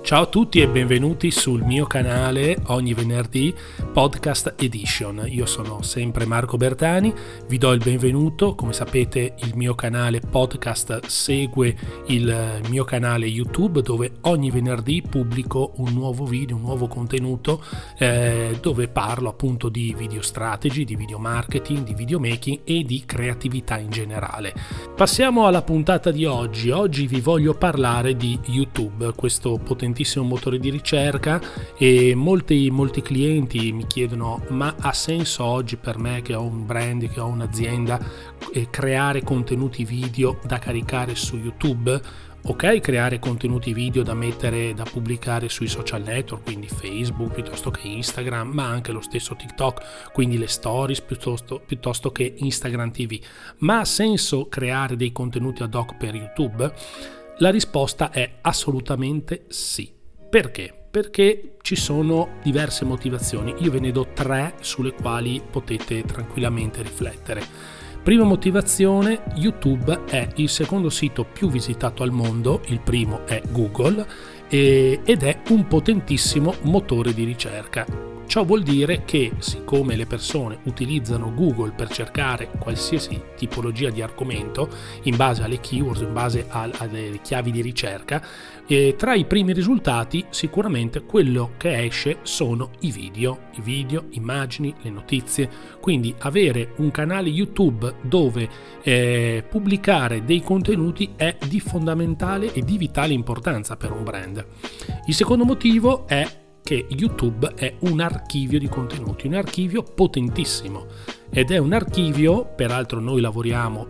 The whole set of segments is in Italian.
Ciao a tutti e benvenuti sul mio canale ogni venerdì Podcast Edition. Io sono sempre Marco Bertani, vi do il benvenuto. Come sapete il mio canale podcast segue il mio canale YouTube dove ogni venerdì pubblico un nuovo video, un nuovo contenuto dove parlo appunto di video strategy, di video marketing, di videomaking e di creatività in generale. Passiamo alla puntata di oggi. Oggi vi voglio parlare di YouTube, questo potentissimo motore di ricerca, e molti clienti mi chiedono: ma ha senso oggi per me che ho un brand, che ho un'azienda, creare contenuti video da caricare su YouTube? Ok, creare contenuti video da pubblicare sui social network, quindi Facebook piuttosto che Instagram, ma anche lo stesso TikTok, quindi le stories piuttosto che Instagram TV. Ma ha senso creare dei contenuti ad hoc per YouTube? La risposta è assolutamente sì. Perché? Perché ci sono diverse motivazioni. Io ve ne do 3 sulle quali potete tranquillamente riflettere. Prima motivazione: YouTube è il secondo sito più visitato al mondo, il primo è Google, ed è un potentissimo motore di ricerca. Ciò vuol dire che, siccome le persone utilizzano Google per cercare qualsiasi tipologia di argomento in base alle keywords, in base alle chiavi di ricerca, tra i primi risultati sicuramente quello che esce sono i video, immagini, le notizie. Quindi avere un canale YouTube dove pubblicare dei contenuti è di fondamentale e di vitale importanza per un brand. Il secondo motivo è che YouTube è un archivio di contenuti, un archivio potentissimo, ed è un archivio, peraltro noi lavoriamo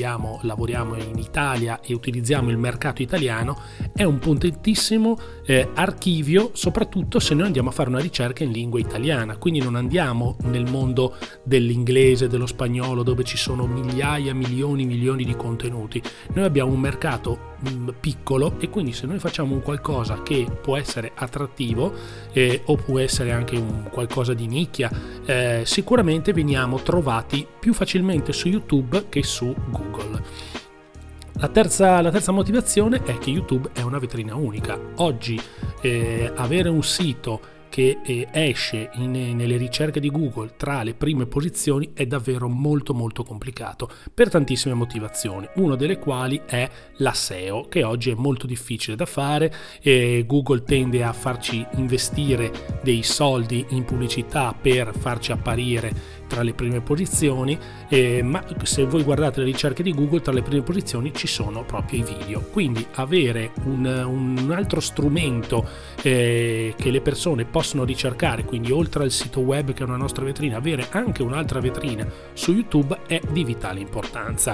in Italia e utilizziamo il mercato italiano, è un potentissimo archivio, soprattutto se noi andiamo a fare una ricerca in lingua italiana, quindi non andiamo nel mondo dell'inglese, dello spagnolo, dove ci sono migliaia, milioni di contenuti. Noi abbiamo un mercato piccolo, e quindi se noi facciamo un qualcosa che può essere attrattivo o può essere anche un qualcosa di nicchia, sicuramente veniamo trovati più facilmente su YouTube che su Google. La terza motivazione è che YouTube è una vetrina unica. Oggi avere un sito che esce nelle ricerche di Google tra le prime posizioni è davvero molto complicato per tantissime motivazioni, una delle quali è la SEO, che oggi è molto difficile da fare. Google tende a farci investire dei soldi in pubblicità per farci apparire tra le prime posizioni, ma se voi guardate le ricerche di Google, tra le prime posizioni ci sono proprio i video. Quindi avere un altro strumento che le persone possono ricercare, quindi oltre al sito web che è una nostra vetrina, avere anche un'altra vetrina su YouTube è di vitale importanza.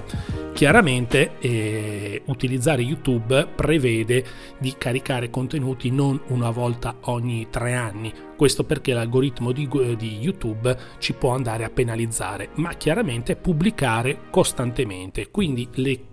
Chiaramente utilizzare YouTube prevede di caricare contenuti non una volta ogni 3 anni. Questo perché l'algoritmo di YouTube ci può andare a penalizzare, ma chiaramente pubblicare costantemente. Quindi le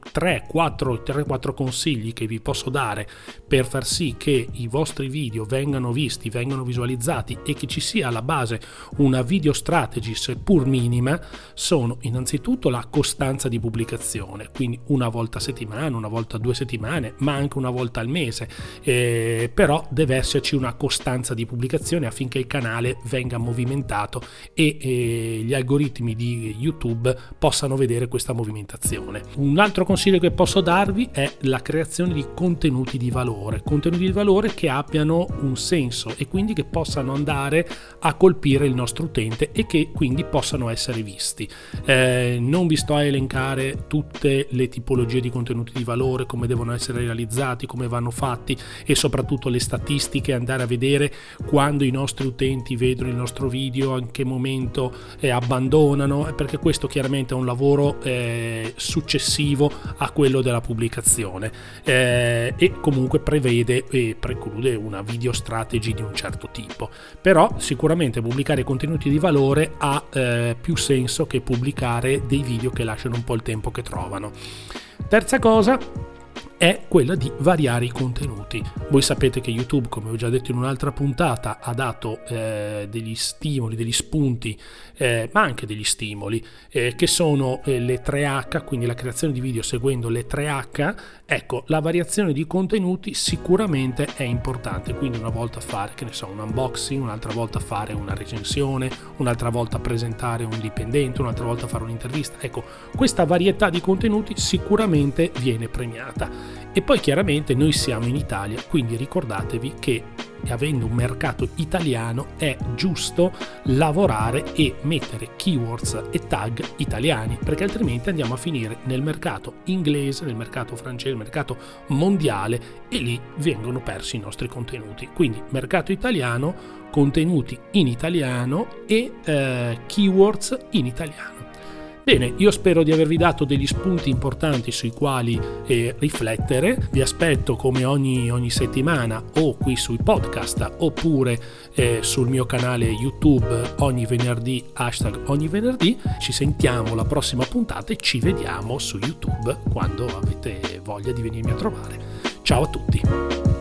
3-4 consigli che vi posso dare per far sì che i vostri video vengano visti, vengano visualizzati e che ci sia alla base una video strategy seppur minima sono innanzitutto la costanza di pubblicazione, quindi una volta a settimana, una volta a 2 settimane, ma anche una volta al mese, però deve esserci una costanza di pubblicazione affinché il canale venga movimentato e gli algoritmi di YouTube possano vedere questa movimentazione. Un altro consiglio che posso darvi è la creazione di contenuti di valore che abbiano un senso e quindi che possano andare a colpire il nostro utente e che quindi possano essere visti. Non vi sto a elencare tutte le tipologie di contenuti di valore, come devono essere realizzati, come vanno fatti e soprattutto le statistiche, andare a vedere quando i nostri utenti vedono il nostro video, in che momento abbandonano, perché questo chiaramente è un lavoro successivo a quello della pubblicazione, e comunque prevede e preclude una video strategy di un certo tipo. Però sicuramente pubblicare contenuti di valore ha più senso che pubblicare dei video che lasciano un po' il tempo che trovano. Terza cosa è quella di variare i contenuti. Voi sapete che YouTube, come ho già detto in un'altra puntata, ha dato degli stimoli, degli spunti, ma anche degli stimoli, che sono le 3H, quindi la creazione di video seguendo le 3H. Ecco, la variazione di contenuti sicuramente è importante, quindi una volta fare, che ne so, un unboxing, un'altra volta fare una recensione, un'altra volta presentare un dipendente, un'altra volta fare un'intervista. Ecco, questa varietà di contenuti sicuramente viene premiata. E poi chiaramente noi siamo in Italia, quindi ricordatevi che avendo un mercato italiano è giusto lavorare e mettere keywords e tag italiani, perché altrimenti andiamo a finire nel mercato inglese, nel mercato francese, nel mercato mondiale, e lì vengono persi i nostri contenuti. Quindi mercato italiano, contenuti in italiano e keywords in italiano. Bene, io spero di avervi dato degli spunti importanti sui quali riflettere. Vi aspetto come ogni settimana o qui sui podcast oppure sul mio canale YouTube ogni venerdì, #ogni venerdì. Ci sentiamo alla prossima puntata e ci vediamo su YouTube quando avete voglia di venirmi a trovare. Ciao a tutti!